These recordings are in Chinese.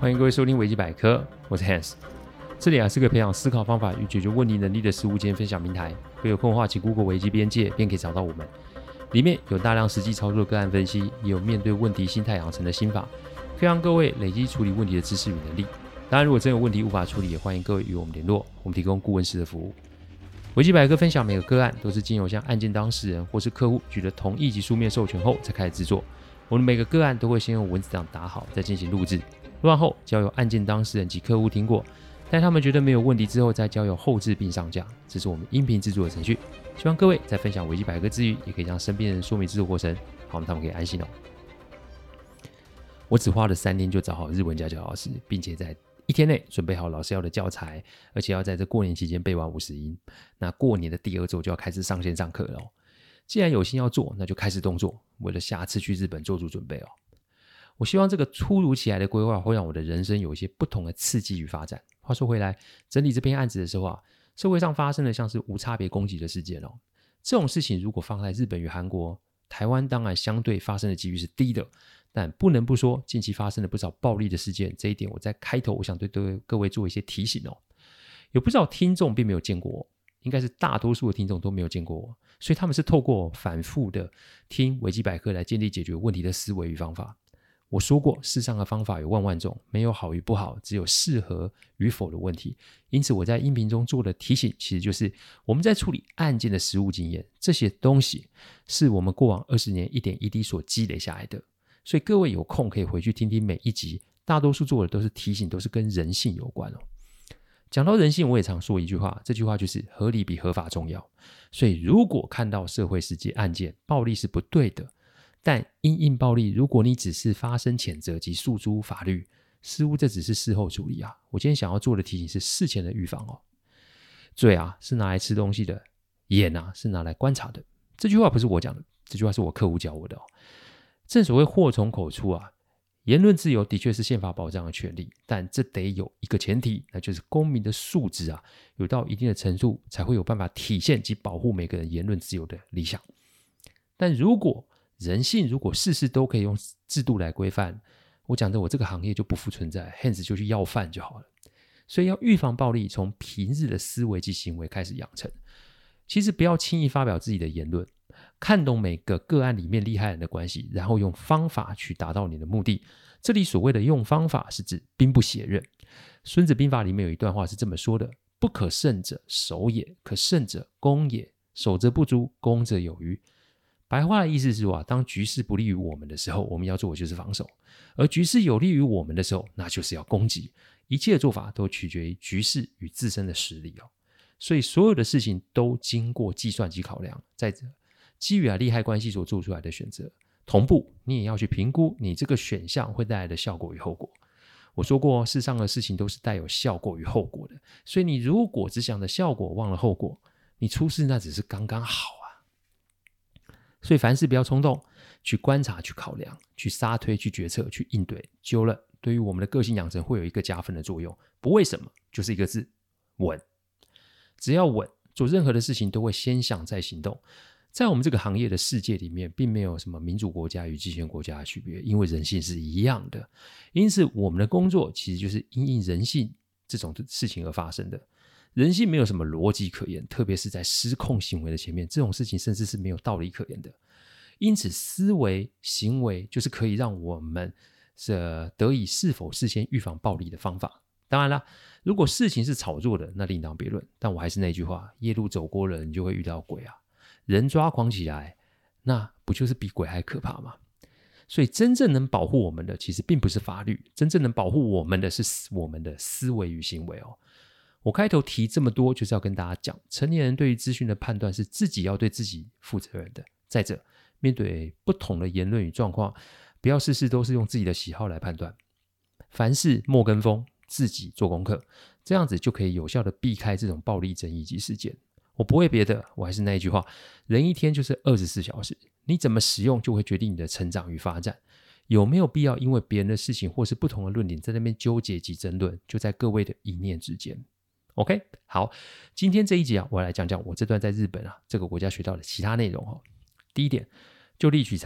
欢迎各位收听维基百科，我是 Hans。这里是个培养思考方法与解决问题能力的实务间分享平台。各位有空的话，请 Google 维基边界，便可以找到我们。里面有大量实际操作的个案分析，也有面对问题心态养成的心法，可以让各位累积处理问题的知识与能力。当然，如果真有问题无法处理，也欢迎各位与我们联络，我们提供顾问式的服务。维基百科分享每个个案都是经由向案件当事人或是客户取得同意及书面授权后才开始制作。我们每个个案都会先用文字档打好，再进行录制。录完后交由案件当事人及客户听过，待他们觉得没有问题之后，再交由后制并上架。这是我们音频制作的程序。希望各位在分享维基百科之余，也可以向身边人说明制作过程，好让他们可以安心哦。我只花了3天就找好日文家教老师，并且在1天内准备好老师要的教材，而且要在这过年期间背完50音。那过年的第2周就要开始上线上课了哦。既然有心要做，那就开始动作，为了下次去日本做足准备哦。我希望这个突如其来的规划会让我的人生有一些不同的刺激与发展。话说回来，整理这篇案子的时候社会上发生了像是无差别攻击的事件哦。这种事情如果放在日本与韩国，台湾当然相对发生的几率是低的，但不能不说近期发生了不少暴力的事件，这一点我在开头我想对各位做一些提醒哦。有不少听众并没有见过我，应该是大多数的听众都没有见过我，所以他们是透过反复的听维基百科来建立解决问题的思维与方法。我说过，世上的方法有万种，没有好与不好，只有适合与否的问题。因此我在音频中做的提醒，其实就是我们在处理案件的实务经验，这些东西是我们过往20年一点一滴所积累下来的。所以各位有空可以回去听听每一集，大多数做的都是提醒，都是跟人性有关哦。讲到人性，我也常说一句话，这句话就是合理比合法重要。所以如果看到社会世界案件暴力是不对的，但因应暴力，如果你只是发声谴责及诉诸法律，似乎这只是事后处理啊。我今天想要做的提醒是事前的预防哦。嘴是拿来吃东西的，眼是拿来观察的。这句话不是我讲的，这句话是我客户教我的哦。正所谓祸从口出言论自由的确是宪法保障的权利，但这得有一个前提，那就是公民的素质有到一定的程度，才会有办法体现及保护每个人言论自由的理想。但如果人性如果事事都可以用制度来规范，我讲的我这个行业就不复存在， Hans 就去要饭就好了。所以要预防暴力，从平日的思维及行为开始养成。其实不要轻易发表自己的言论，看懂每个个案里面利害人的关系，然后用方法去达到你的目的。这里所谓的用方法是指兵不血刃。孙子兵法里面有一段话是这么说的：不可胜者守也，可胜者攻也，守则不足，攻则有余。白话的意思是说当局势不利于我们的时候，我们要做的就是防守；而局势有利于我们的时候，那就是要攻击。一切的做法都取决于局势与自身的实力所以所有的事情都经过计算及考量，再者基于利害关系所做出来的选择，同步你也要去评估你这个选项会带来的效果与后果。我说过，世上的事情都是带有效果与后果的，所以你如果只想着效果忘了后果，你出事那只是刚刚好所以凡事不要冲动，去观察，去考量，去沙推，去决策，去应对，久了对于我们的个性养成会有一个加分的作用。不为什么，就是一个字，稳。只要稳，做任何的事情都会先想再行动。在我们这个行业的世界里面，并没有什么民主国家与集权国家的区别，因为人性是一样的。因此我们的工作其实就是因应人性这种事情而发生的。人性没有什么逻辑可言，特别是在失控行为的前面，这种事情甚至是没有道理可言的。因此思维行为就是可以让我们得以是否事先预防暴力的方法。当然啦，如果事情是炒作的，那另当别论。但我还是那句话，夜路走过了，你就会遇到鬼人抓狂起来，那不就是比鬼还可怕吗？所以真正能保护我们的其实并不是法律，真正能保护我们的是我们的思维与行为我开头提这么多，就是要跟大家讲，成年人对于资讯的判断是自己要对自己负责任的。再者，面对不同的言论与状况，不要事事都是用自己的喜好来判断，凡事莫跟风，自己做功课，这样子就可以有效的避开这种暴力争议及事件。我不会别的，我还是那一句话，人一天就是24小时，你怎么使用就会决定你的成长与发展。有没有必要因为别人的事情或是不同的论点在那边纠结及争论，就在各位的一念之间。OK， 好，今天这一集我来讲讲我这段在日本这个国家学到的其他内容第一点，就地取材，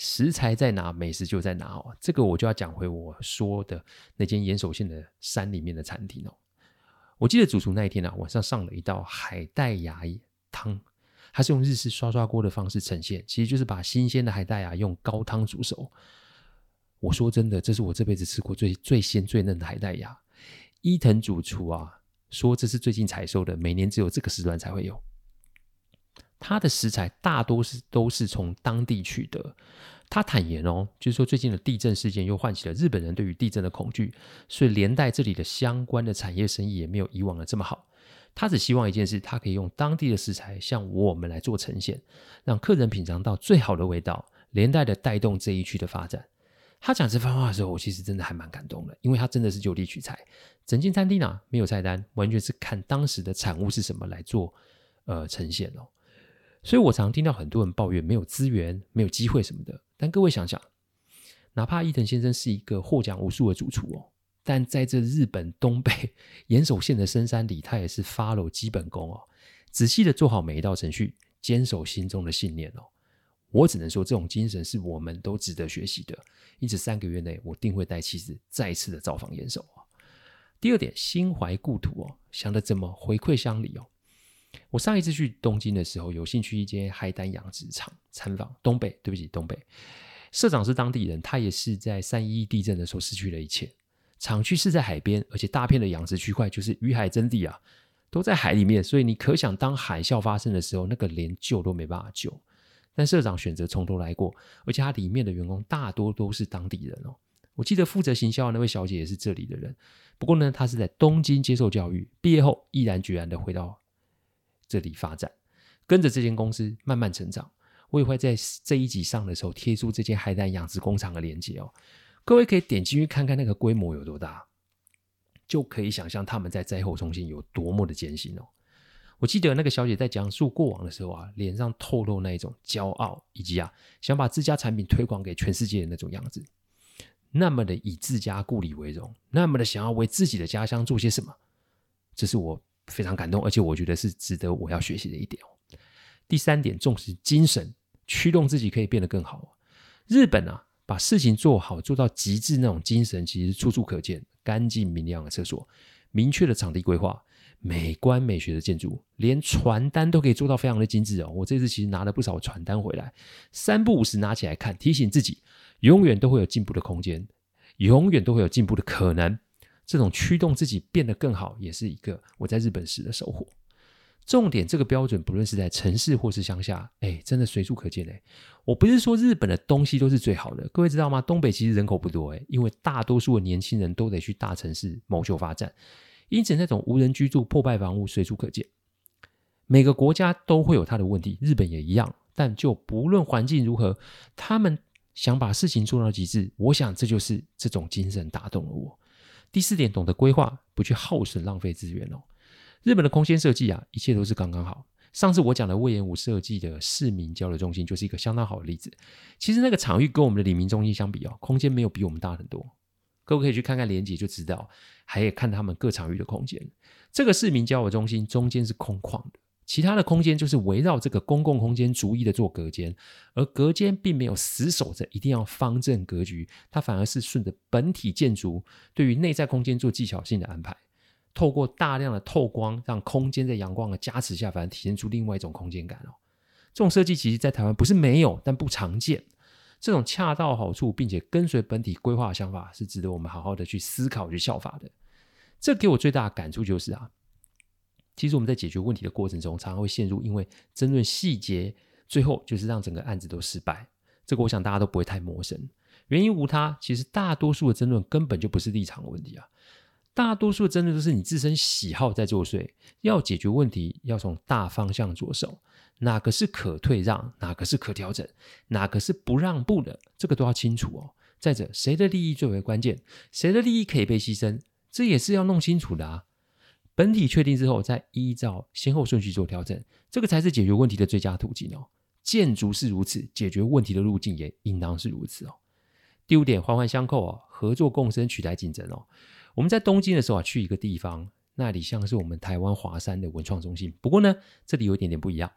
食材在哪，美食就在哪哦。这个我就要讲回我说的那间岩手县的山里面的餐厅哦。我记得主厨那一天晚上上了一道海带芽汤，它是用日式刷刷锅的方式呈现，其实就是把新鲜的海带芽用高汤煮熟。我说真的，这是我这辈子吃过最鲜最嫩的海带芽。伊藤主厨说这是最近采收的，每年只有这个时段才会有。他的食材大多都是从当地取得。他坦言就是说最近的地震事件又唤起了日本人对于地震的恐惧，所以连带这里的相关的产业生意也没有以往的这么好。他只希望一件事，他可以用当地的食材向我们来做呈现，让客人品尝到最好的味道，连带的带动这一区的发展。他讲这番话的时候，我其实真的还蛮感动的，因为他真的是就地取材，整间餐厅没有菜单，完全是看当时的产物是什么来做呈现哦。所以我常听到很多人抱怨没有资源、没有机会什么的，但各位想想，哪怕伊藤先生是一个获奖无数的主厨但在这日本东北岩手县的深山里，他也是 follow 基本功仔细的做好每一道程序，坚守心中的信念我只能说这种精神是我们都值得学习的，因此3个月内我定会带妻子再次的造访岩手第二点，心怀故土想着怎么回馈乡里我上一次去东京的时候，有幸去一间海胆养殖场参访，东北社长是当地人，他也是在311地震的时候失去了一切。厂区是在海边，而且大片的养殖区块就是鱼海真地都在海里面，所以你可想当海啸发生的时候，那个连救都没办法救。但社长选择从头来过，而且他里面的员工大多都是当地人我记得负责行销的那位小姐也是这里的人，不过呢，她是在东京接受教育，毕业后毅然决然的回到这里发展，跟着这间公司慢慢成长。我也会在这一集上的时候贴出这间海胆养殖工厂的连结各位可以点进去看看那个规模有多大，就可以想象他们在灾后重新有多么的艰辛我记得那个小姐在讲述过往的时候脸上透露那一种骄傲，以及想把自家产品推广给全世界的那种样子，那么的以自家故里为荣，那么的想要为自己的家乡做些什么，这是我非常感动，而且我觉得是值得我要学习的一点第3点，重视精神，驱动自己可以变得更好日本把事情做好做到极致那种精神其实处处可见，干净明亮的厕所，明确的场地规划，美观美学的建筑，连传单都可以做到非常的精致我这次其实拿了不少传单回来，3不5时拿起来看，提醒自己永远都会有进步的空间，永远都会有进步的可能，这种驱动自己变得更好也是一个我在日本时的收获。重点，这个标准不论是在城市或是乡下真的随处可见我不是说日本的东西都是最好的，各位知道吗？东北其实人口不多因为大多数的年轻人都得去大城市谋求发展，因此那种无人居住破败房屋随处可见。每个国家都会有它的问题，日本也一样，但就不论环境如何，他们想把事情做到极致，我想这就是这种精神打动了我。第4点，懂得规划，不去耗损浪费资源日本的空间设计一切都是刚刚好。上次我讲的隈研吾设计的市民交流中心就是一个相当好的例子。其实那个场域跟我们的里民中心相比空间没有比我们大很多，各位可以去看看连结就知道，还可以看他们各场域的空间。这个市民交流中心中间是空旷的，其他的空间就是围绕这个公共空间逐一的做隔间，而隔间并没有死守着一定要方正格局，它反而是顺着本体建筑对于内在空间做技巧性的安排，透过大量的透光，让空间在阳光的加持下反而体现出另外一种空间感这种设计其实在台湾不是没有，但不常见。这种恰到好处并且跟随本体规划的想法是值得我们好好的去思考去效法的。这给我最大的感触就是其实我们在解决问题的过程中常常会陷入因为争论细节，最后就是让整个案子都失败。这个我想大家都不会太陌生，原因无他，其实大多数的争论根本就不是立场的问题大多数的争论都是你自身喜好在作祟。要解决问题要从大方向着手，哪个是可退让，哪个是可调整，哪个是不让步的，这个都要清楚再者，谁的利益最为关键，谁的利益可以被牺牲，这也是要弄清楚的本体确定之后再依照先后顺序做调整，这个才是解决问题的最佳途径建筑是如此，解决问题的路径也应当是如此第5点，环环相扣合作共生取代竞争我们在东京的时候去一个地方，那里像是我们台湾华山的文创中心，不过呢这里有一点点不一样。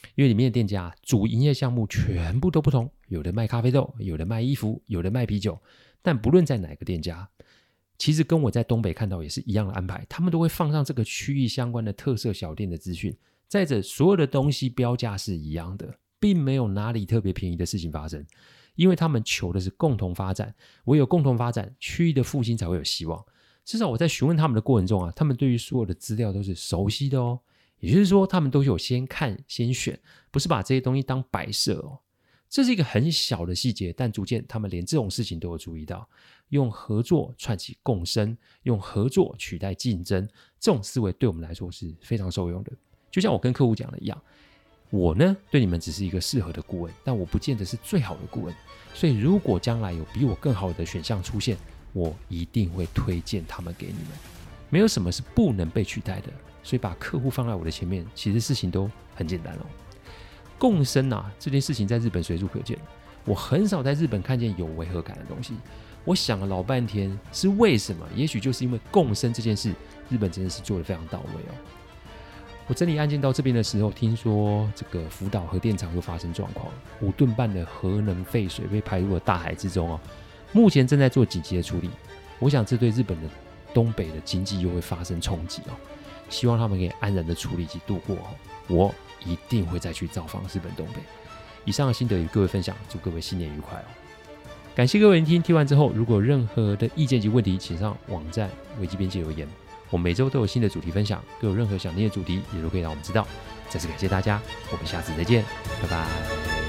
因为里面的店家主营业项目全部都不同，有的卖咖啡豆，有的卖衣服，有的卖啤酒，但不论在哪个店家，其实跟我在东北看到也是一样的安排，他们都会放上这个区域相关的特色小店的资讯，再者所有的东西标价是一样的，并没有哪里特别便宜的事情发生，因为他们求的是共同发展，唯有共同发展，区域的复兴才会有希望。至少我在询问他们的过程中他们对于所有的资料都是熟悉的哦，也就是说他们都有先看先选，不是把这些东西当摆设哦。这是一个很小的细节，但逐渐他们连这种事情都有注意到，用合作串起共生，用合作取代竞争，这种思维对我们来说是非常受用的。就像我跟客户讲的一样，我呢对你们只是一个适合的顾问，但我不见得是最好的顾问，所以如果将来有比我更好的选项出现，我一定会推荐他们给你们。没有什么是不能被取代的，所以把客户放在我的前面，其实事情都很简单哦。共生这件事情在日本随处可见，我很少在日本看见有违和感的东西。我想了老半天是为什么，也许就是因为共生这件事，日本真的是做得非常到位哦。我整理案件到这边的时候，听说这个福岛核电厂又发生状况，5吨半的核能废水被排入了大海之中哦，目前正在做紧急的处理。我想这对日本的东北的经济又会发生冲击哦，希望他们可以安然的处理及度过哦。我一定会再去造访日本东北。以上的心得与各位分享，祝各位新年愉快哦！感谢各位聆听，听完之后如果有任何的意见及问题，请上网站维基边界留言。我每周都有新的主题分享，各有任何想听的主题也都可以让我们知道。再次感谢大家，我们下次再见，拜拜。